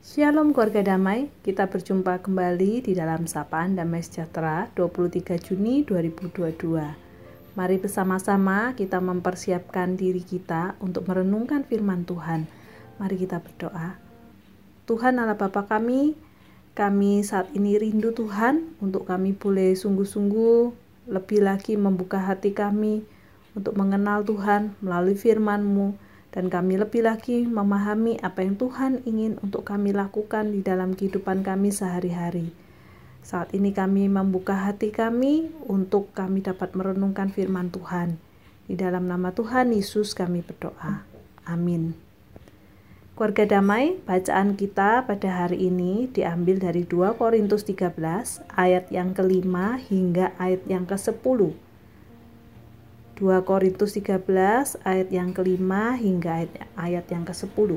Shalom keluarga damai, kita berjumpa kembali di dalam Sapaan Damai Sejahtera 23 Juni 2022. Mari bersama-sama kita mempersiapkan diri kita untuk merenungkan firman Tuhan. Mari kita berdoa. Tuhan Allah Bapa kami saat ini rindu Tuhan untuk kami boleh sungguh-sungguh lebih lagi membuka hati kami untuk mengenal Tuhan melalui firman-Mu. Dan kami lebih lagi memahami apa yang Tuhan ingin untuk kami lakukan di dalam kehidupan kami sehari-hari. Saat ini kami membuka hati kami untuk kami dapat merenungkan firman Tuhan. Di dalam nama Tuhan Yesus kami berdoa. Amin. Keluarga damai, bacaan kita pada hari ini diambil dari 2 Korintus 13 ayat yang ke-5 hingga ayat yang ke-10. 2 Korintus 13 ayat yang ke-5 hingga ayat yang ke-10.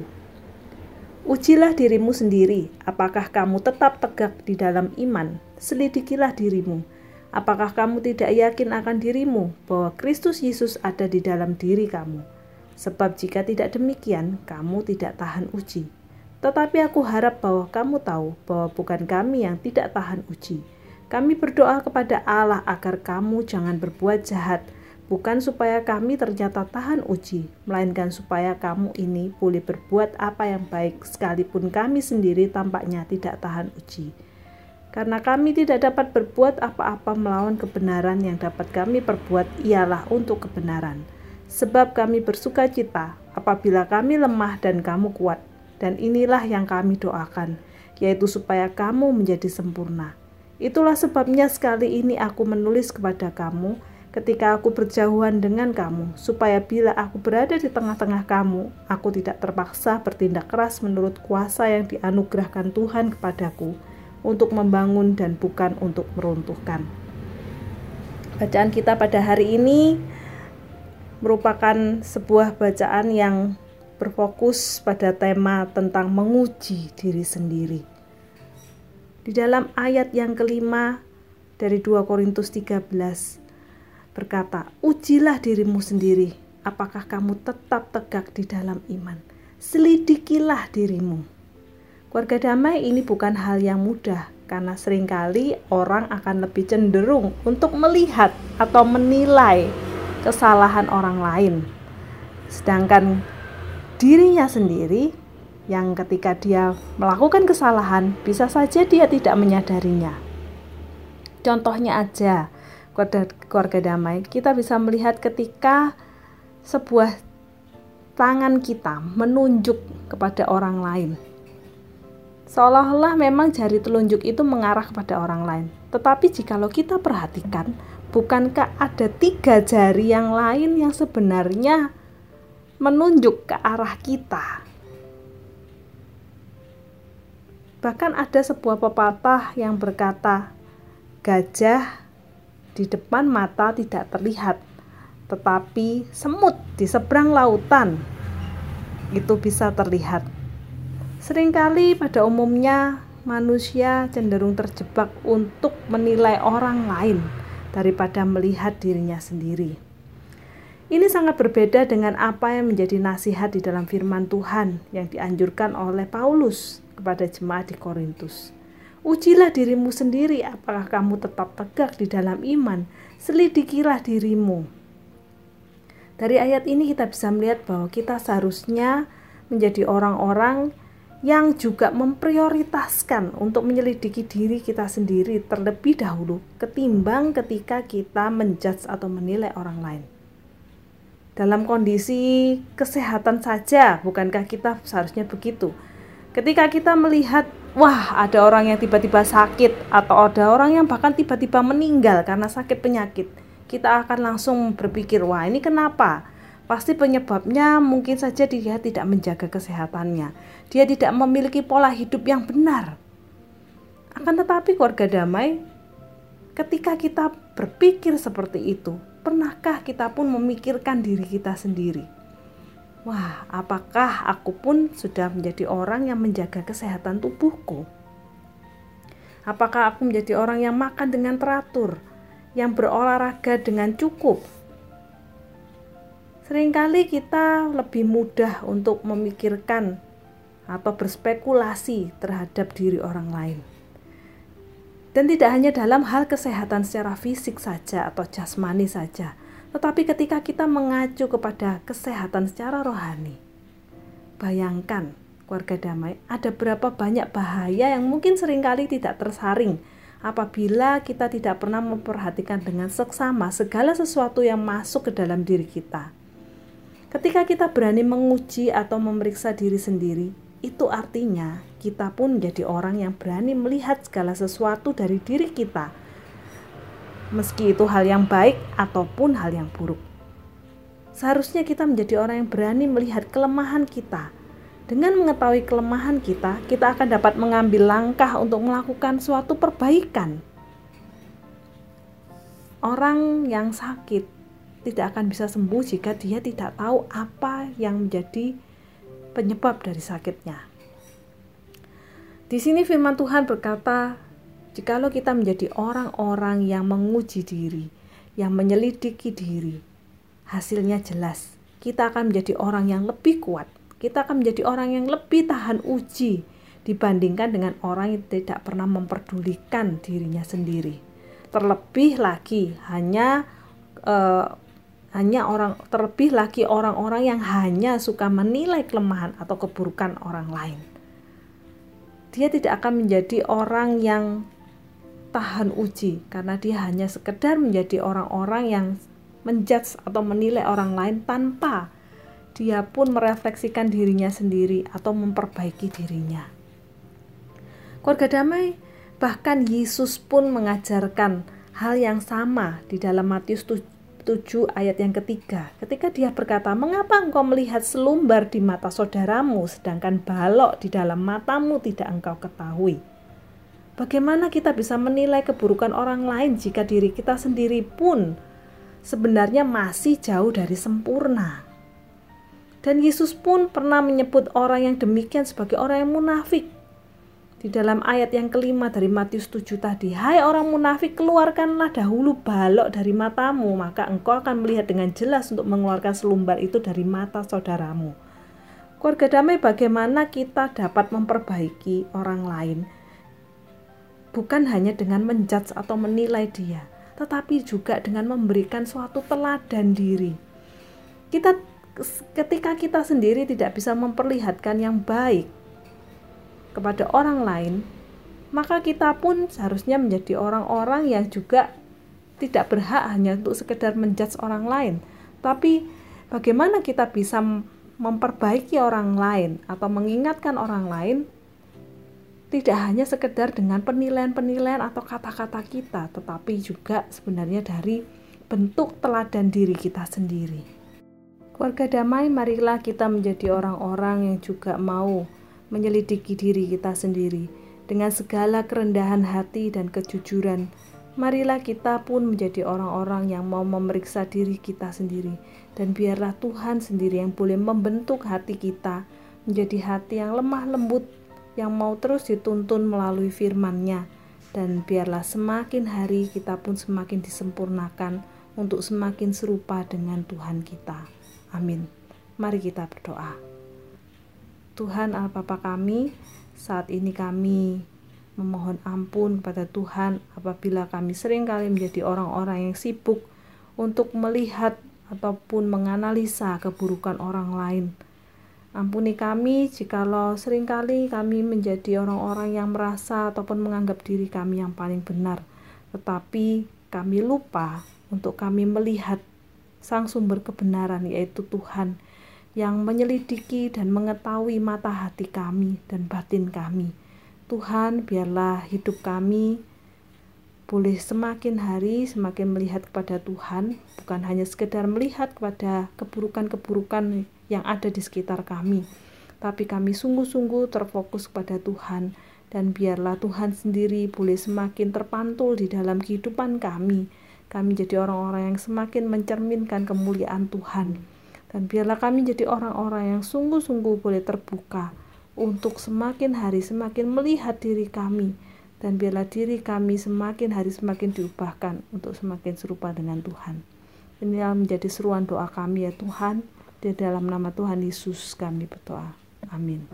Ujilah dirimu sendiri, apakah kamu tetap tegak di dalam iman? Selidikilah dirimu. Apakah kamu tidak yakin akan dirimu bahwa Kristus Yesus ada di dalam diri kamu? Sebab jika tidak demikian, kamu tidak tahan uji. Tetapi aku harap bahwa kamu tahu bahwa bukan kami yang tidak tahan uji. Kami berdoa kepada Allah agar kamu jangan berbuat jahat, bukan supaya kami ternyata tahan uji, melainkan supaya kamu ini boleh berbuat apa yang baik, sekalipun kami sendiri tampaknya tidak tahan uji. Karena kami tidak dapat berbuat apa-apa melawan kebenaran, yang dapat kami perbuat ialah untuk kebenaran. Sebab kami bersuka cita apabila kami lemah dan kamu kuat. Dan inilah yang kami doakan, yaitu supaya kamu menjadi sempurna. Itulah sebabnya sekali ini aku menulis kepada kamu, ketika aku berjauhan dengan kamu, supaya bila aku berada di tengah-tengah kamu, aku tidak terpaksa bertindak keras menurut kuasa yang dianugerahkan Tuhan kepadaku, untuk membangun dan bukan untuk meruntuhkan. Bacaan kita pada hari ini merupakan sebuah bacaan yang berfokus pada tema tentang menguji diri sendiri. Di dalam ayat yang ke-5 dari 2 Korintus 13, berkata, ujilah dirimu sendiri, apakah kamu tetap tegak di dalam iman. Selidikilah dirimu. Keluarga damai, ini bukan hal yang mudah, karena seringkali orang akan lebih cenderung untuk melihat atau menilai kesalahan orang lain. Sedangkan dirinya sendiri, yang ketika dia melakukan kesalahan, bisa saja dia tidak menyadarinya. Contohnya aja, keluarga damai, kita bisa melihat ketika sebuah tangan kita menunjuk kepada orang lain, seolah-olah memang jari telunjuk itu mengarah kepada orang lain. Tetapi jikalau kita perhatikan, bukankah ada 3 jari yang lain yang sebenarnya menunjuk ke arah kita? Bahkan ada sebuah pepatah yang berkata, gajah di depan mata tidak terlihat, tetapi semut di seberang lautan itu bisa terlihat. Seringkali pada umumnya manusia cenderung terjebak untuk menilai orang lain daripada melihat dirinya sendiri. Ini sangat berbeda dengan apa yang menjadi nasihat di dalam firman Tuhan yang dianjurkan oleh Paulus kepada jemaat di Korintus. Ujilah dirimu sendiri, apakah kamu tetap tegak di dalam iman. Selidikilah dirimu. Dari ayat ini kita bisa melihat bahwa kita seharusnya menjadi orang-orang yang juga memprioritaskan untuk menyelidiki diri kita sendiri terlebih dahulu, ketimbang ketika kita menjudge atau menilai orang lain. Dalam kondisi kesehatan saja, bukankah kita seharusnya begitu? Ketika kita melihat, wah, ada orang yang tiba-tiba sakit, atau ada orang yang bahkan tiba-tiba meninggal karena sakit penyakit, kita akan langsung berpikir, wah, ini kenapa? Pasti penyebabnya mungkin saja dia tidak menjaga kesehatannya, dia tidak memiliki pola hidup yang benar. Akan tetapi keluarga damai, ketika kita berpikir seperti itu, pernahkah kita pun memikirkan diri kita sendiri? Wah, apakah aku pun sudah menjadi orang yang menjaga kesehatan tubuhku? Apakah aku menjadi orang yang makan dengan teratur, yang berolahraga dengan cukup? Seringkali kita lebih mudah untuk memikirkan atau berspekulasi terhadap diri orang lain. Dan tidak hanya dalam hal kesehatan secara fisik saja atau jasmani saja, tetapi ketika kita mengacu kepada kesehatan secara rohani. Bayangkan, keluarga damai, ada berapa banyak bahaya yang mungkin seringkali tidak tersaring apabila kita tidak pernah memperhatikan dengan seksama segala sesuatu yang masuk ke dalam diri kita. Ketika kita berani menguji atau memeriksa diri sendiri, itu artinya kita pun menjadi orang yang berani melihat segala sesuatu dari diri kita, meski itu hal yang baik ataupun hal yang buruk. Seharusnya kita menjadi orang yang berani melihat kelemahan kita. Dengan mengetahui kelemahan kita, kita akan dapat mengambil langkah untuk melakukan suatu perbaikan. Orang yang sakit tidak akan bisa sembuh jika dia tidak tahu apa yang menjadi penyebab dari sakitnya. Di sini firman Tuhan berkata, jikalau kita menjadi orang-orang yang menguji diri, yang menyelidiki diri, hasilnya jelas. Kita akan menjadi orang yang lebih kuat. Kita akan menjadi orang yang lebih tahan uji dibandingkan dengan orang yang tidak pernah memperdulikan dirinya sendiri. Terlebih lagi orang-orang yang hanya suka menilai kelemahan atau keburukan orang lain. Dia tidak akan menjadi orang yang tahan uji karena dia hanya sekedar menjadi orang-orang yang menjudge atau menilai orang lain tanpa dia pun merefleksikan dirinya sendiri atau memperbaiki dirinya. Keluarga damai, bahkan Yesus pun mengajarkan hal yang sama di dalam Matius 7 ayat yang ketiga, ketika dia berkata, mengapa engkau melihat selumbar di mata saudaramu sedangkan balok di dalam matamu tidak engkau ketahui? Bagaimana kita bisa menilai keburukan orang lain jika diri kita sendiri pun sebenarnya masih jauh dari sempurna? Dan Yesus pun pernah menyebut orang yang demikian sebagai orang yang munafik. Di dalam ayat yang kelima dari Matius 7 tadi, hai orang munafik, keluarkanlah dahulu balok dari matamu, maka engkau akan melihat dengan jelas untuk mengeluarkan selumbar itu dari mata saudaramu. Keluarga damai, bagaimana kita dapat memperbaiki orang lain? Bukan hanya dengan menjudge atau menilai dia, tetapi juga dengan memberikan suatu teladan diri. Ketika kita sendiri tidak bisa memperlihatkan yang baik kepada orang lain, maka kita pun seharusnya menjadi orang-orang yang juga tidak berhak hanya untuk sekedar menjudge orang lain, tapi bagaimana kita bisa memperbaiki orang lain atau mengingatkan orang lain, tidak hanya sekedar dengan penilaian-penilaian atau kata-kata kita, tetapi juga sebenarnya dari bentuk teladan diri kita sendiri. Keluarga damai, marilah kita menjadi orang-orang yang juga mau menyelidiki diri kita sendiri dengan segala kerendahan hati dan kejujuran. Marilah kita pun menjadi orang-orang yang mau memeriksa diri kita sendiri, dan biarlah Tuhan sendiri yang boleh membentuk hati kita menjadi hati yang lemah lembut, yang mau terus dituntun melalui firman-Nya, dan biarlah semakin hari kita pun semakin disempurnakan untuk semakin serupa dengan Tuhan kita. Amin. Mari kita berdoa. Tuhan Allah Bapa kami, saat ini kami memohon ampun kepada Tuhan apabila kami seringkali menjadi orang-orang yang sibuk untuk melihat ataupun menganalisa keburukan orang lain. Ampuni kami jikalau seringkali kami menjadi orang-orang yang merasa ataupun menganggap diri kami yang paling benar, tetapi kami lupa untuk kami melihat sang sumber kebenaran, yaitu Tuhan yang menyelidiki dan mengetahui mata hati kami dan batin kami. Tuhan, biarlah hidup kami boleh semakin hari semakin melihat kepada Tuhan, bukan hanya sekedar melihat kepada keburukan-keburukan yang ada di sekitar kami, tapi kami sungguh-sungguh terfokus kepada Tuhan, dan biarlah Tuhan sendiri boleh semakin terpantul di dalam kehidupan kami. Kami jadi orang-orang yang semakin mencerminkan kemuliaan Tuhan. Dan biarlah kami jadi orang-orang yang sungguh-sungguh boleh terbuka untuk semakin hari semakin melihat diri kami. Dan biarlah diri kami semakin hari semakin diubahkan untuk semakin serupa dengan Tuhan. Inilah menjadi seruan doa kami ya Tuhan. Di dalam nama Tuhan Yesus kami berdoa. Amin.